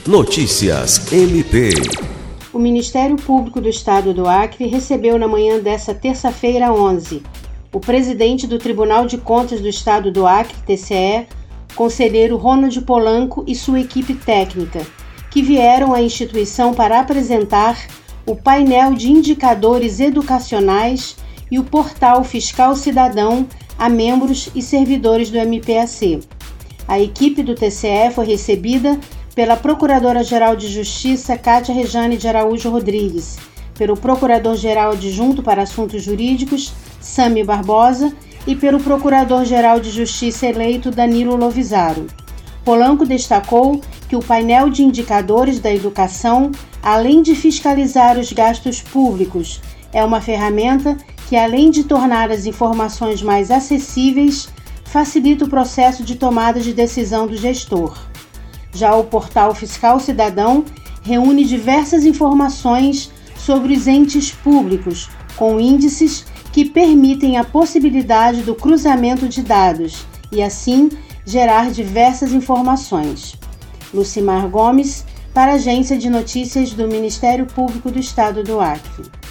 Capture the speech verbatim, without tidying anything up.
Notícias M P. O Ministério Público do Estado do Acre recebeu na manhã desta terça-feira, onze, o presidente do Tribunal de Contas do Estado do Acre, T C E, conselheiro Ronald Polanco e sua equipe técnica, que vieram à instituição para apresentar o painel de indicadores educacionais e o portal Fiscal Cidadão a membros e servidores do M P A C. A equipe do T C E foi recebida pela Procuradora-Geral de Justiça Cátia Rejane de Araújo Rodrigues, pelo Procurador-Geral Adjunto para Assuntos Jurídicos, Sami Barbosa, e pelo Procurador-Geral de Justiça eleito, Danilo Lovisaro. Polanco destacou que o painel de indicadores da educação, além de fiscalizar os gastos públicos, é uma ferramenta que, além de tornar as informações mais acessíveis, facilita o processo de tomada de decisão do gestor. Já o portal Fiscal Cidadão reúne diversas informações sobre os entes públicos, com índices que permitem a possibilidade do cruzamento de dados e, assim, gerar diversas informações. Lucimar Gomes, para a Agência de Notícias do Ministério Público do Estado do Acre.